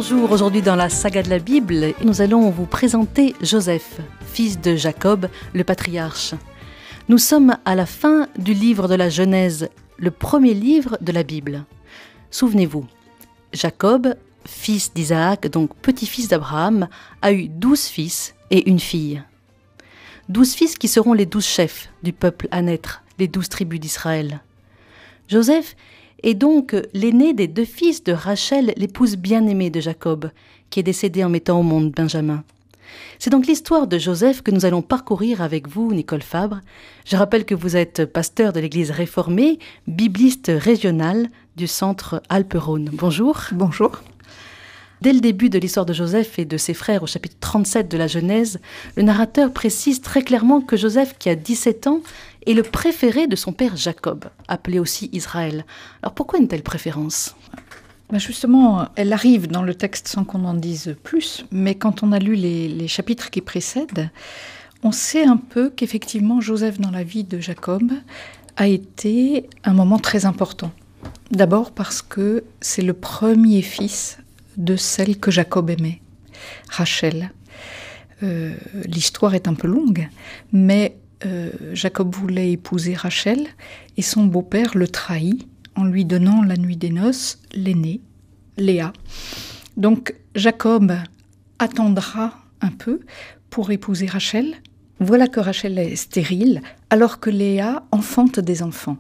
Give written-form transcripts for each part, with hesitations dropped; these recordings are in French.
Bonjour, aujourd'hui dans la saga de la Bible, nous allons vous présenter Joseph, fils de Jacob, le patriarche. Nous sommes à la fin du livre de la Genèse, le premier livre de la Bible. Souvenez-vous, Jacob, fils d'Isaac, donc petit-fils d'Abraham, a eu 12 fils et une fille. 12 fils qui seront les 12 chefs du peuple à naître, les 12 tribus d'Israël. Joseph est donc l'aîné des 2 fils de Rachel, l'épouse bien-aimée de Jacob, qui est décédée en mettant au monde Benjamin. C'est donc l'histoire de Joseph que nous allons parcourir avec vous, Nicole Fabre. Je rappelle que vous êtes pasteur de l'Église réformée, bibliste régional du centre Alpes-Rhône. Bonjour. Bonjour. Dès le début de l'histoire de Joseph et de ses frères, au chapitre 37 de la Genèse, le narrateur précise très clairement que Joseph, qui a 17 ans, est le préféré de son père Jacob, appelé aussi Israël. Alors pourquoi une telle préférence ? Justement, elle arrive dans le texte sans qu'on en dise plus, mais quand on a lu les chapitres qui précèdent, on sait un peu qu'effectivement Joseph dans la vie de Jacob a été un moment très important. D'abord parce que c'est le premier fils de celle que Jacob aimait, Rachel. L'histoire est un peu longue, mais Jacob voulait épouser Rachel et son beau-père le trahit en lui donnant la nuit des noces l'aînée, Léa. Donc Jacob attendra un peu pour épouser Rachel. Voilà que Rachel est stérile, alors que Léa enfante des enfants.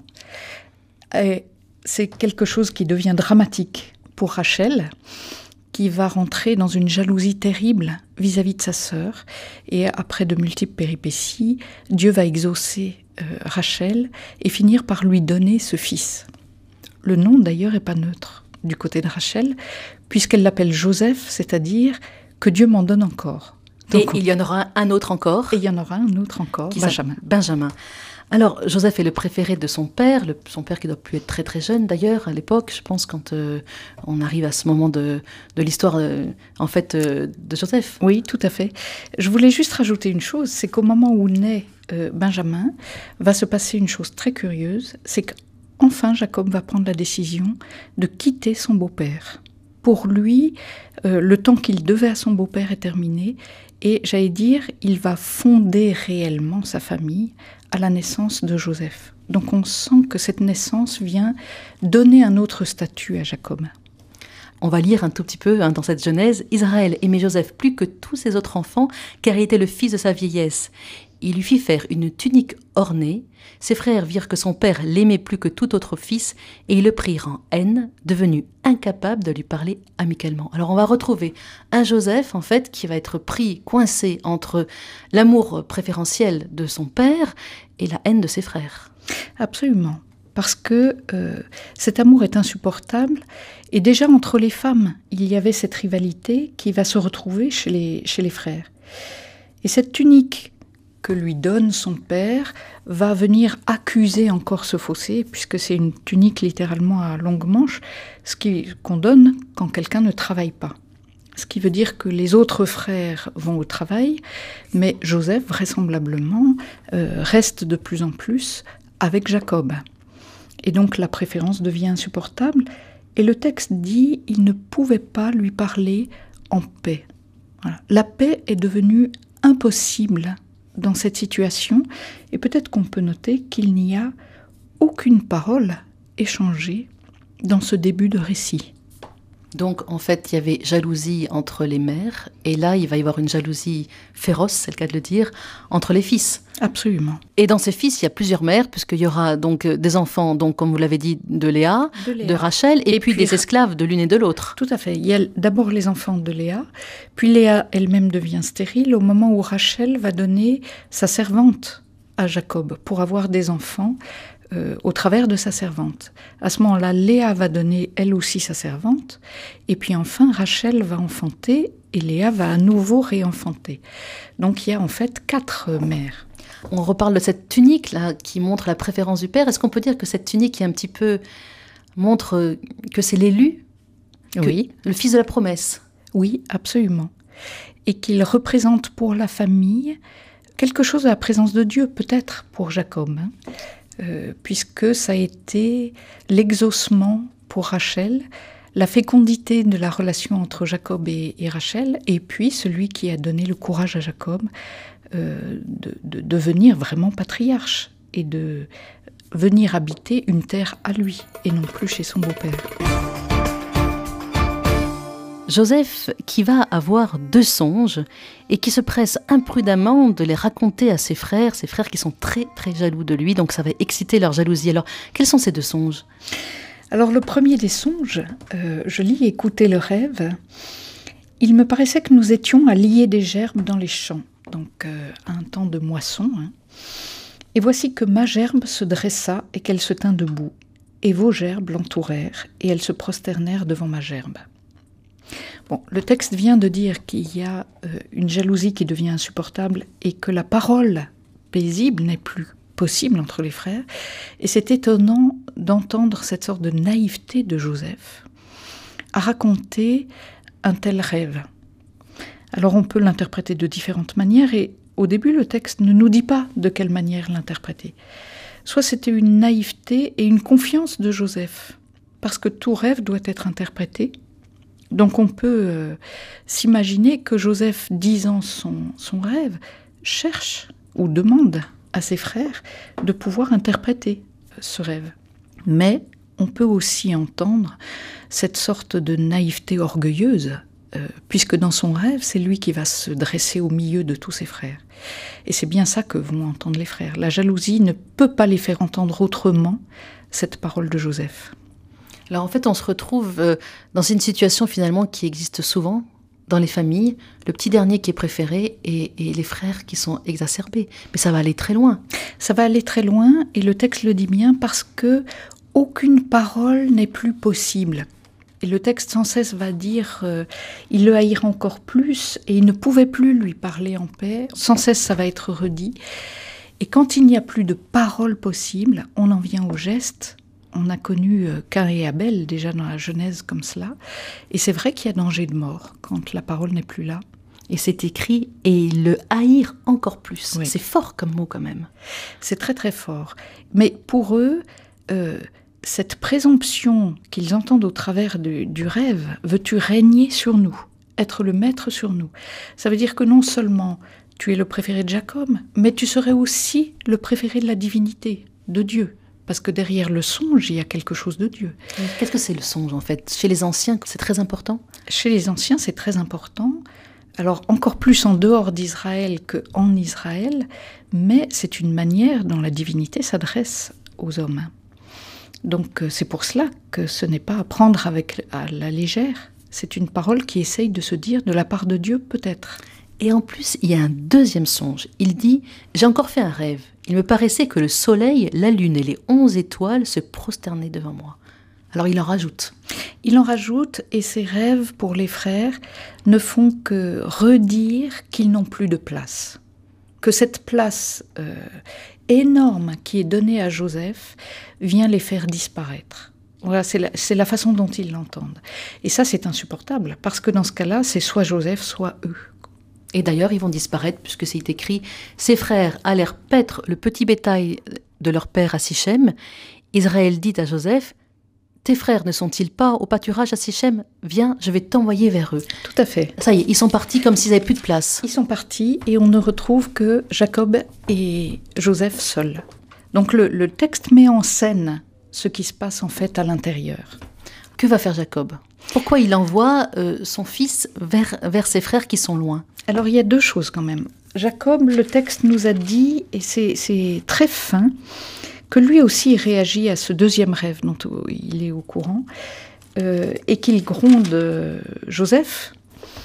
Et c'est quelque chose qui devient dramatique pour Rachel, qui va rentrer dans une jalousie terrible vis-à-vis de sa sœur. Et après de multiples péripéties, Dieu va exaucer Rachel et finir par lui donner ce fils. Le nom d'ailleurs n'est pas neutre du côté de Rachel, puisqu'elle l'appelle Joseph, c'est-à-dire que Dieu m'en donne encore. Donc, et il y en aura un autre encore. Et il y en aura un autre encore, Benjamin. Alors, Joseph est le préféré de son père qui doit plus être très très jeune d'ailleurs à l'époque, je pense, quand on arrive à ce moment de l'histoire de Joseph. Oui, tout à fait. Je voulais juste rajouter une chose, c'est qu'au moment où naît Benjamin, va se passer une chose très curieuse, c'est qu'enfin Jacob va prendre la décision de quitter son beau-père. Pour lui, le temps qu'il devait à son beau-père est terminé, et j'allais dire, il va fonder réellement sa famille à la naissance de Joseph. Donc on sent que cette naissance vient donner un autre statut à Jacob. On va lire un tout petit peu dans cette Genèse. Israël aimait Joseph plus que tous ses autres enfants, car il était le fils de sa vieillesse. Il lui fit faire une tunique ornée. Ses frères virent que son père l'aimait plus que tout autre fils, et ils le prirent en haine, devenu incapable de lui parler amicalement. Alors on va retrouver un Joseph, en fait, qui va être pris, coincé entre l'amour préférentiel de son père et la haine de ses frères. Absolument. Parce que cet amour est insupportable. Et déjà, entre les femmes, il y avait cette rivalité qui va se retrouver chez les frères. Et cette tunique que lui donne son père va venir accuser encore ce fossé, puisque c'est une tunique littéralement à longue manche, qu'on donne quand quelqu'un ne travaille pas. Ce qui veut dire que les autres frères vont au travail, mais Joseph, vraisemblablement, reste de plus en plus avec Jacob. Et donc la préférence devient insupportable, et le texte dit il ne pouvait pas lui parler en paix. Voilà. La paix est devenue impossible dans cette situation, et peut-être qu'on peut noter qu'il n'y a aucune parole échangée dans ce début de récit. Donc, en fait, il y avait jalousie entre les mères, et là, il va y avoir une jalousie féroce, c'est le cas de le dire, entre les fils. Absolument. Et dans ces fils, il y a plusieurs mères, puisqu'il y aura donc des enfants, donc, comme vous l'avez dit, de Léa, de Rachel, et puis des esclaves de l'une et de l'autre. Tout à fait. Il y a d'abord les enfants de Léa, puis Léa elle-même devient stérile au moment où Rachel va donner sa servante à Jacob pour avoir des enfants au travers de sa servante. À ce moment-là, Léa va donner elle aussi sa servante, et puis enfin Rachel va enfanter, et Léa va à nouveau réenfanter. Donc il y a en fait 4 mères. On reparle de cette tunique là qui montre la préférence du père. Est-ce qu'on peut dire que cette tunique qui un petit peu montre que c'est l'élu, oui, le fils de la promesse? Oui, absolument. Et qu'il représente pour la famille quelque chose de la présence de Dieu, peut-être pour Jacob, puisque ça a été l'exaucement pour Rachel la fécondité de la relation entre Jacob et Rachel, et puis celui qui a donné le courage à Jacob de devenir vraiment patriarche et de venir habiter une terre à lui et non plus chez son beau-père. Joseph qui va avoir 2 songes et qui se presse imprudemment de les raconter à ses frères qui sont très très jaloux de lui, donc ça va exciter leur jalousie. Alors, quels sont ces 2 songes ? Alors le premier des songes, je lis « Écoutez le rêve ». Il me paraissait que nous étions à lier des gerbes dans les champs, donc à un temps de moisson. Et voici que ma gerbe se dressa et qu'elle se tint debout. Et vos gerbes l'entourèrent et elles se prosternèrent devant ma gerbe. Bon, le texte vient de dire qu'il y a une jalousie qui devient insupportable et que la parole paisible n'est plus possible entre les frères. Et c'est étonnant d'entendre cette sorte de naïveté de Joseph à raconter un tel rêve. Alors on peut l'interpréter de différentes manières et au début le texte ne nous dit pas de quelle manière l'interpréter. Soit c'était une naïveté et une confiance de Joseph, parce que tout rêve doit être interprété. Donc on peut s'imaginer que Joseph, disant son rêve, cherche ou demande à ses frères de pouvoir interpréter ce rêve. Mais on peut aussi entendre cette sorte de naïveté orgueilleuse, puisque dans son rêve, c'est lui qui va se dresser au milieu de tous ses frères. Et c'est bien ça que vont entendre les frères. La jalousie ne peut pas les faire entendre autrement cette parole de Joseph. Alors en fait, on se retrouve dans une situation finalement qui existe souvent dans les familles, le petit dernier qui est préféré et les frères qui sont exacerbés. Mais ça va aller très loin. Ça va aller très loin et le texte le dit bien parce que aucune parole n'est plus possible. Et le texte sans cesse va dire il le haïra encore plus et il ne pouvait plus lui parler en paix. Sans cesse, ça va être redit. Et quand il n'y a plus de parole possible, on en vient au geste. On a connu Caïn et Abel déjà dans la Genèse comme cela. Et c'est vrai qu'il y a danger de mort quand la parole n'est plus là. Et c'est écrit « et ils le haïrent encore plus ». Oui. C'est fort comme mot quand même. C'est très très fort. Mais pour eux, cette présomption qu'ils entendent au travers du rêve, « veux-tu régner sur nous, être le maître sur nous ?» Ça veut dire que non seulement tu es le préféré de Jacob, mais tu serais aussi le préféré de la divinité, de Dieu. Parce que derrière le songe, il y a quelque chose de Dieu. Qu'est-ce que c'est le songe en fait ? Chez les anciens, c'est très important ? Chez les anciens, c'est très important. Alors encore plus en dehors d'Israël qu'en Israël, mais c'est une manière dont la divinité s'adresse aux hommes. Donc c'est pour cela que ce n'est pas à prendre à la légère. C'est une parole qui essaye de se dire de la part de Dieu peut-être. Et en plus, il y a un deuxième songe. Il dit « J'ai encore fait un rêve. Il me paraissait que le soleil, la lune et les 11 étoiles se prosternaient devant moi. » Alors il en rajoute. Il en rajoute et ces rêves pour les frères ne font que redire qu'ils n'ont plus de place. Que cette place énorme qui est donnée à Joseph vient les faire disparaître. Voilà, c'est la façon dont ils l'entendent. Et ça, c'est insupportable, parce que dans ce cas-là, c'est soit Joseph, soit eux. Et d'ailleurs, ils vont disparaître, puisque c'est écrit « Ses frères allèrent paître le petit bétail de leur père à Sichem. Israël dit à Joseph « Tes frères ne sont-ils pas au pâturage à Sichem ? Viens, je vais t'envoyer vers eux. » Tout à fait. Ça y est, ils sont partis comme s'ils n'avaient plus de place. Ils sont partis et on ne retrouve que Jacob et Joseph seuls. Donc le texte met en scène ce qui se passe en fait à l'intérieur. Que va faire Jacob ? Pourquoi il envoie son fils vers ses frères qui sont loin ? Alors il y a 2 choses quand même. Jacob, le texte nous a dit, et c'est très fin, que lui aussi réagit à ce deuxième rêve dont il est au courant, et qu'il gronde Joseph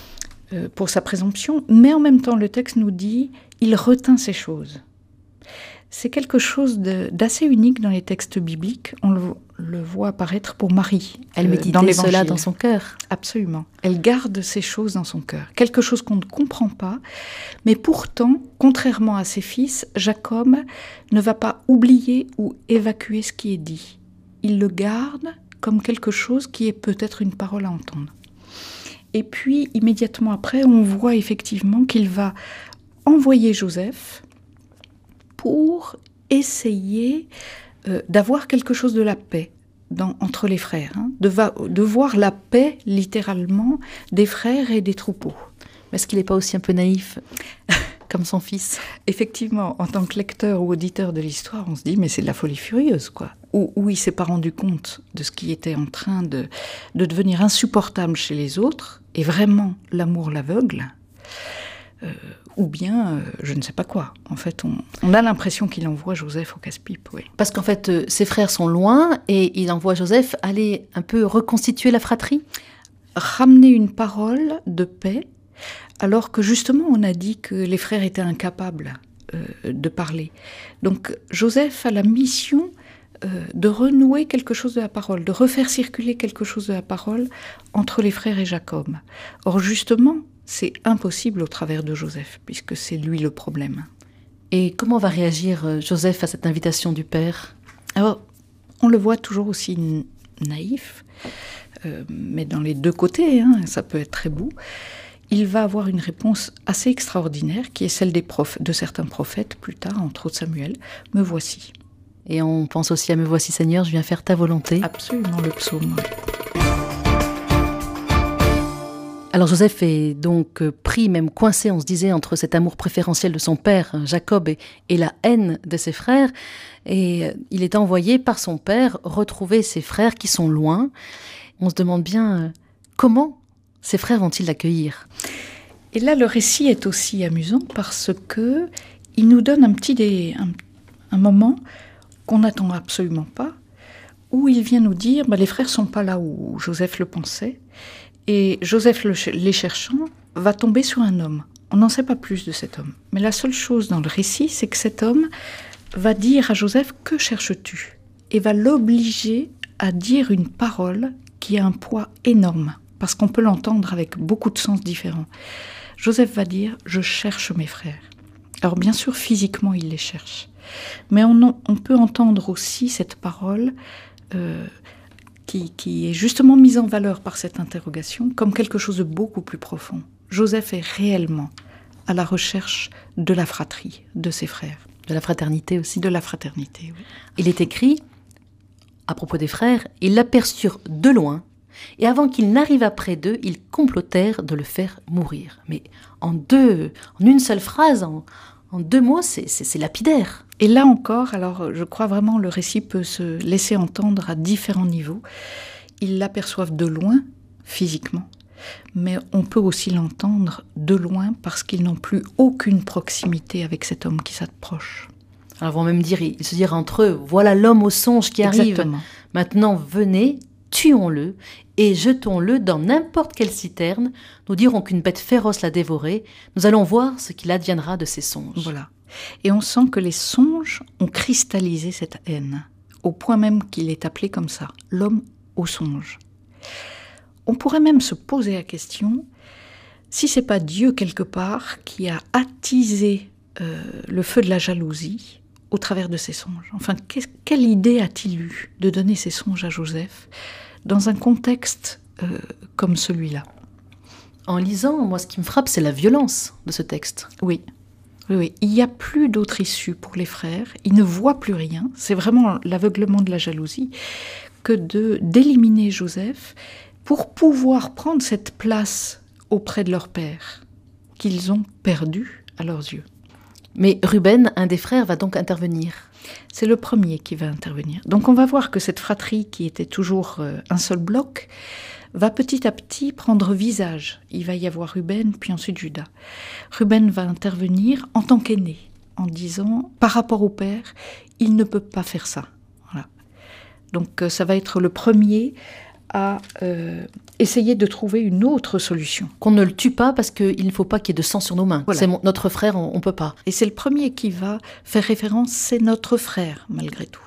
pour sa présomption, mais en même temps le texte nous dit, il retint ces choses. C'est quelque chose d'assez unique dans les textes bibliques. On le voit apparaître pour Marie. Elle méditait cela dans son cœur. Absolument. Elle garde ces choses dans son cœur. Quelque chose qu'on ne comprend pas. Mais pourtant, contrairement à ses fils, Jacob ne va pas oublier ou évacuer ce qui est dit. Il le garde comme quelque chose qui est peut-être une parole à entendre. Et puis, immédiatement après, on voit effectivement qu'il va envoyer Joseph pour essayer d'avoir quelque chose de la paix entre les frères, hein, de voir la paix, littéralement, des frères et des troupeaux. Mais est-ce qu'il n'est pas aussi un peu naïf, comme son fils ? Effectivement, en tant que lecteur ou auditeur de l'histoire, on se dit, mais c'est de la folie furieuse, quoi. Où il ne s'est pas rendu compte de ce qui était en train de devenir insupportable chez les autres, et vraiment, l'amour l'aveugle, ou bien, je ne sais pas quoi. En fait, on a l'impression qu'il envoie Joseph au casse-pipe, oui. Parce qu'en fait, ses frères sont loin, et il envoie Joseph aller un peu reconstituer la fratrie ? Ramener une parole de paix, alors que justement on a dit que les frères étaient incapables de parler. Donc Joseph a la mission de renouer quelque chose de la parole, de refaire circuler quelque chose de la parole entre les frères et Jacob. Or justement, c'est impossible au travers de Joseph, puisque c'est lui le problème. Et comment va réagir Joseph à cette invitation du père ? Alors, on le voit toujours aussi naïf, mais dans les deux côtés, hein, ça peut être très beau. Il va avoir une réponse assez extraordinaire, qui est celle de certains prophètes, plus tard, entre autres Samuel. « Me voici ». Et on pense aussi à « Me voici Seigneur, je viens faire ta volonté ». Absolument, le psaume. Alors Joseph est donc pris, même coincé, on se disait, entre cet amour préférentiel de son père, Jacob, et la haine de ses frères. Et il est envoyé par son père retrouver ses frères qui sont loin. On se demande bien comment ses frères vont-ils l'accueillir ? Et là, le récit est aussi amusant parce que il nous donne un moment qu'on n'attend absolument pas, où il vient nous dire les frères sont pas là où Joseph le pensait, et Joseph, les cherchant, va tomber sur un homme. On n'en sait pas plus de cet homme. Mais la seule chose dans le récit, c'est que cet homme va dire à Joseph « Que cherches-tu » et va l'obliger à dire une parole qui a un poids énorme, parce qu'on peut l'entendre avec beaucoup de sens différents. Joseph va dire « Je cherche mes frères ». Alors bien sûr, physiquement, il les cherche. Mais on peut entendre aussi cette parole qui est justement mise en valeur par cette interrogation comme quelque chose de beaucoup plus profond. Joseph est réellement à la recherche de la fratrie, de ses frères. De la fraternité aussi. De la fraternité, oui. Il est écrit, à propos des frères, « Ils l'aperçurent de loin, et avant qu'il n'arrivât près d'eux, ils complotèrent de le faire mourir. » Mais en une seule phrase, en 2 mots, c'est lapidaire. Et là encore, alors je crois vraiment le récit peut se laisser entendre à différents niveaux. Ils l'aperçoivent de loin, physiquement, mais on peut aussi l'entendre de loin parce qu'ils n'ont plus aucune proximité avec cet homme qui s'approche. Alors ils vont même se dire entre eux, voilà l'homme au songe qui arrive. Exactement. Maintenant, venez, tuons-le et jetons-le dans n'importe quelle citerne. Nous dirons qu'une bête féroce l'a dévoré. Nous allons voir ce qu'il adviendra de ces songes. Voilà. Et on sent que les songes ont cristallisé cette haine, au point même qu'il est appelé comme ça, l'homme au songe. On pourrait même se poser la question, si c'est pas Dieu quelque part qui a attisé le feu de la jalousie au travers de ces songes. Enfin, quelle idée a-t-il eu de donner ces songes à Joseph dans un contexte comme celui-là ? En lisant, moi, ce qui me frappe, c'est la violence de ce texte. Oui. Oui, il n'y a plus d'autre issue pour les frères. Ils ne voient plus rien. C'est vraiment l'aveuglement de la jalousie que d'éliminer Joseph pour pouvoir prendre cette place auprès de leur père qu'ils ont perdu à leurs yeux. Mais Ruben, un des frères, va donc intervenir. C'est le premier qui va intervenir. Donc on va voir que cette fratrie qui était toujours un seul bloc va petit à petit prendre visage. Il va y avoir Ruben, puis ensuite Juda. Ruben va intervenir en tant qu'aîné, en disant, par rapport au père, il ne peut pas faire ça. Voilà. Donc ça va être le premier à essayer de trouver une autre solution. Qu'on ne le tue pas parce qu'il ne faut pas qu'il y ait de sang sur nos mains. Voilà. C'est notre frère, on ne peut pas. Et c'est le premier qui va faire référence, c'est notre frère, malgré tout.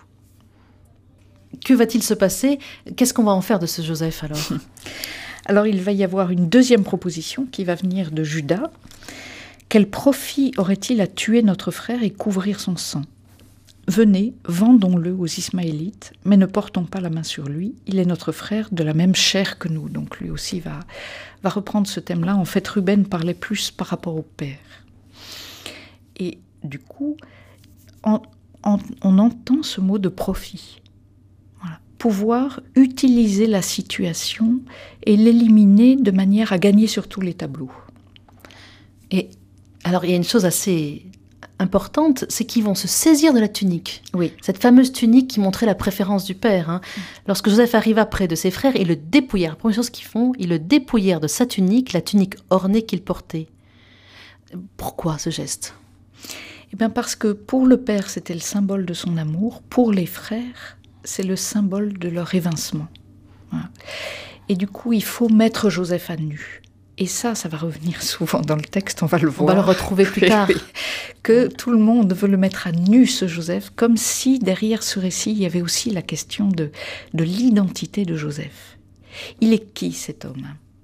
Que va-t-il se passer ? Qu'est-ce qu'on va en faire de ce Joseph alors ? Alors il va y avoir une deuxième proposition qui va venir de Juda. Quel profit aurait-il à tuer notre frère et couvrir son sang ? Venez, vendons-le aux Ismaélites, mais ne portons pas la main sur lui. Il est notre frère de la même chair que nous. Donc lui aussi va reprendre ce thème-là. En fait, Ruben parlait plus par rapport au père. Et du coup, on entend ce mot de profit. Voilà. pouvoir utiliser la situation et l'éliminer de manière à gagner sur tous les tableaux. Et alors, il y a une chose assez importante, c'est qu'ils vont se saisir de la tunique. Oui. Cette fameuse tunique qui montrait la préférence du père. Hein. Lorsque Joseph arriva près de ses frères, ils le dépouillèrent. La première chose qu'ils font, ils le dépouillèrent de sa tunique, la tunique ornée qu'il portait. Pourquoi ce geste ? Eh bien parce que pour le père, c'était le symbole de son amour. Pour les frères, c'est le symbole de leur évincement. Voilà. Et du coup, il faut mettre Joseph à nu. Et ça va revenir souvent dans le texte, on va le voir. On va le retrouver plus tard. Oui. Que tout le monde veut le mettre à nu, ce Joseph, comme si derrière ce récit, il y avait aussi la question de l'identité de Joseph. Il est qui cet homme ?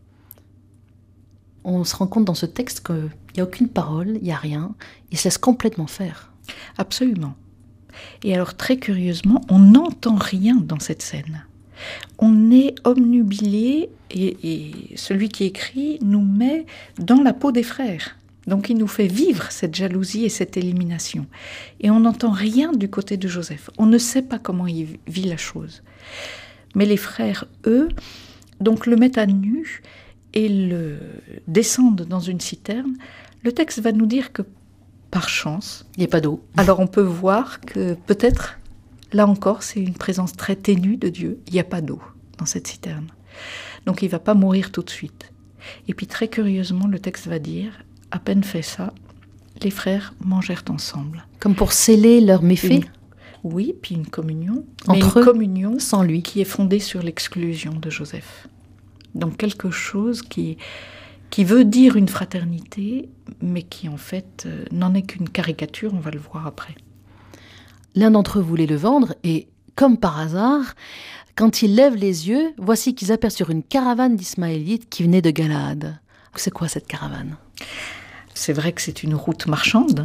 On se rend compte dans ce texte qu'il n'y a aucune parole, il n'y a rien. Il se laisse complètement faire. Absolument. Et alors, très curieusement, on n'entend rien dans cette scène. On est obnubilé et celui qui écrit nous met dans la peau des frères. Donc il nous fait vivre cette jalousie et cette élimination. Et on n'entend rien du côté de Joseph. On ne sait pas comment il vit la chose. Mais les frères, eux, donc le mettent à nu et le descendent dans une citerne. Le texte va nous dire que, par chance... Il n'y a pas d'eau. Alors on peut voir que peut-être... Là encore, c'est une présence très ténue de Dieu. Il n'y a pas d'eau dans cette citerne. Donc il ne va pas mourir tout de suite. Et puis très curieusement, le texte va dire, à peine fait ça, les frères mangèrent ensemble. Comme pour sceller leur méfait ? Oui, puis une communion. Entre mais une eux, communion sans lui. Qui est fondée sur l'exclusion de Joseph. Donc quelque chose qui veut dire une fraternité, mais qui en fait n'en est qu'une caricature, on va le voir après. L'un d'entre eux voulait le vendre et, comme par hasard, quand ils lèvent les yeux, voici qu'ils aperçurent une caravane d'Ismaélites qui venait de Galaad. C'est quoi cette caravane ? C'est vrai que c'est une route marchande,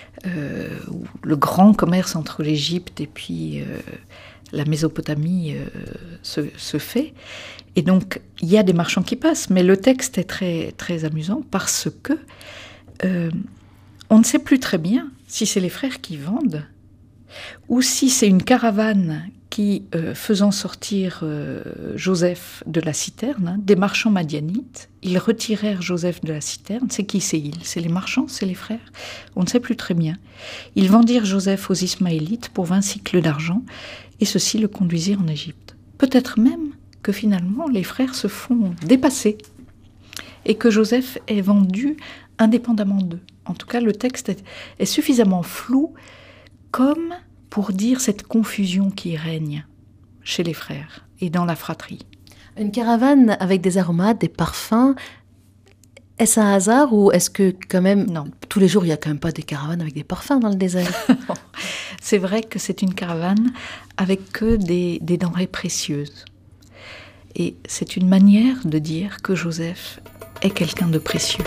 où le grand commerce entre l'Égypte et puis la Mésopotamie se fait. Et donc, il y a des marchands qui passent, mais le texte est très, très amusant parce que on ne sait plus très bien si c'est les frères qui vendent ou si c'est une caravane qui, faisant sortir Joseph de la citerne, des marchands madianites, ils retirèrent Joseph de la citerne. C'est qui c'est ils ? C'est les marchands, c'est les frères ? On ne sait plus très bien. Ils vendirent Joseph aux Ismaélites pour 20 cycles d'argent, et ceux-ci le conduisirent en Égypte. Peut-être même que finalement les frères se font dépasser, et que Joseph est vendu indépendamment d'eux. En tout cas, le texte est suffisamment flou comme pour dire cette confusion qui règne chez les frères et dans la fratrie. Une caravane avec des aromates, des parfums, est-ce un hasard ou est-ce que quand même, non, tous les jours, il n'y a quand même pas des caravanes avec des parfums dans le désert ? C'est vrai que c'est une caravane avec que des denrées précieuses. Et c'est une manière de dire que Joseph est quelqu'un de précieux.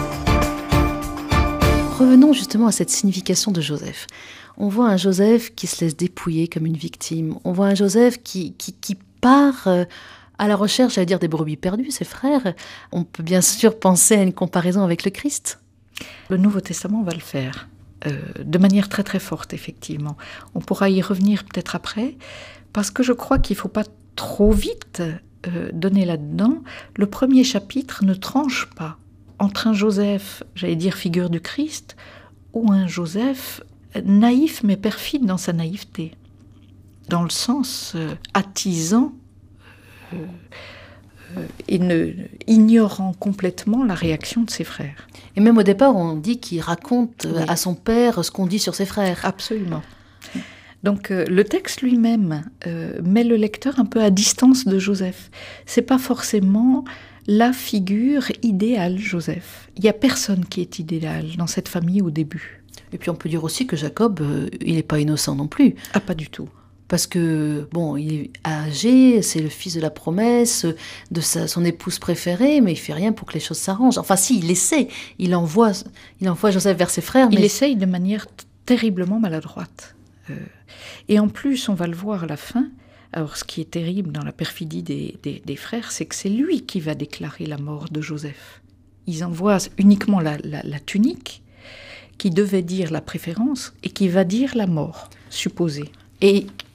Revenons justement à cette signification de Joseph. On voit un Joseph qui se laisse dépouiller comme une victime. On voit un Joseph qui part à la recherche, j'allais dire, des brebis perdues, ses frères. On peut bien sûr penser à une comparaison avec le Christ. Le Nouveau Testament va le faire, de manière très très forte, effectivement. On pourra y revenir peut-être après, parce que je crois qu'il ne faut pas trop vite donner là-dedans. Le premier chapitre ne tranche pas entre un Joseph, j'allais dire figure du Christ, ou un Joseph naïf mais perfide dans sa naïveté, dans le sens attisant et ignorant complètement la réaction de ses frères. Et même au départ, on dit qu'il raconte à son père ce qu'on dit sur ses frères. Absolument. Donc le texte lui-même met le lecteur un peu à distance de Joseph. C'est pas forcément la figure idéale, Joseph. Il n'y a personne qui est idéal dans cette famille au début. Et puis on peut dire aussi que Jacob, il n'est pas innocent non plus. Ah, pas du tout. Parce que, bon, il est âgé, c'est le fils de la promesse, de son épouse préférée, mais il ne fait rien pour que les choses s'arrangent. Enfin si, il essaie, il envoie Joseph vers ses frères. Il essaye de manière terriblement maladroite. Et en plus, on va le voir à la fin, alors ce qui est terrible dans la perfidie des frères, c'est que c'est lui qui va déclarer la mort de Joseph. Ils envoient uniquement la tunique, qui devait dire la préférence et qui va dire la mort supposée. Et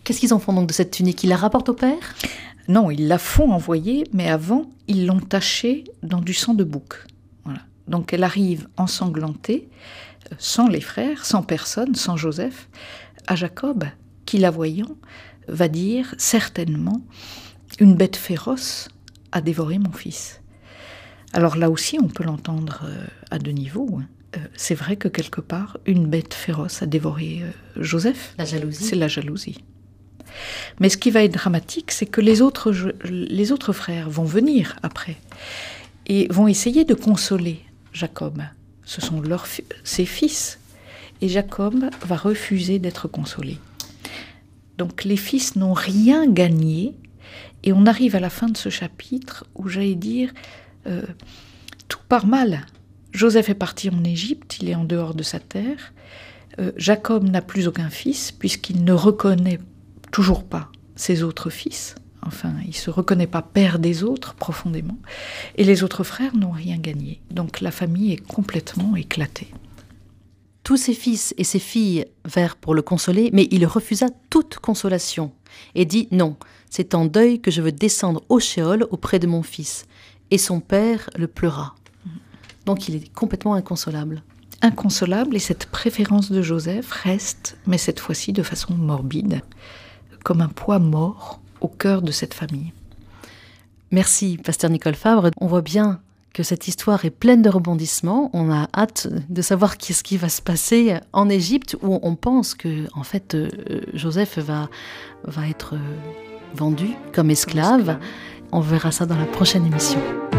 Qu'est-ce qu'ils en font donc de cette tunique? Ils la rapportent au père? Non, ils la font envoyer, mais avant, ils l'ont tachée dans du sang de bouc. Voilà. Donc elle arrive ensanglantée, sans les frères, sans personne, sans Joseph, à Jacob, qui la voyant, va dire certainement « Une bête féroce a dévoré mon fils ». Alors là aussi, on peut l'entendre à deux niveaux. C'est vrai que quelque part, une bête féroce a dévoré Joseph. La jalousie. C'est la jalousie. Mais ce qui va être dramatique, c'est que les autres frères vont venir après et vont essayer de consoler Jacob. Ce sont ses fils. Et Jacob va refuser d'être consolé. Donc les fils n'ont rien gagné. Et on arrive à la fin de ce chapitre où j'allais dire, tout part mal. Joseph est parti en Égypte, il est en dehors de sa terre. Jacob n'a plus aucun fils puisqu'il ne reconnaît toujours pas ses autres fils. Enfin, il ne se reconnaît pas père des autres profondément. Et les autres frères n'ont rien gagné. Donc la famille est complètement éclatée. Tous ses fils et ses filles vinrent pour le consoler, mais il refusa toute consolation et dit « Non, c'est en deuil que je veux descendre au Sheol auprès de mon fils. » Et son père le pleura. Donc il est complètement inconsolable. Inconsolable, et cette préférence de Joseph reste, mais cette fois-ci de façon morbide, comme un poids mort au cœur de cette famille. Merci, pasteur Nicole Fabre. On voit bien que cette histoire est pleine de rebondissements. On a hâte de savoir ce qui va se passer en Égypte, où on pense que, en fait, Joseph va être vendu comme esclave. On verra ça dans la prochaine émission.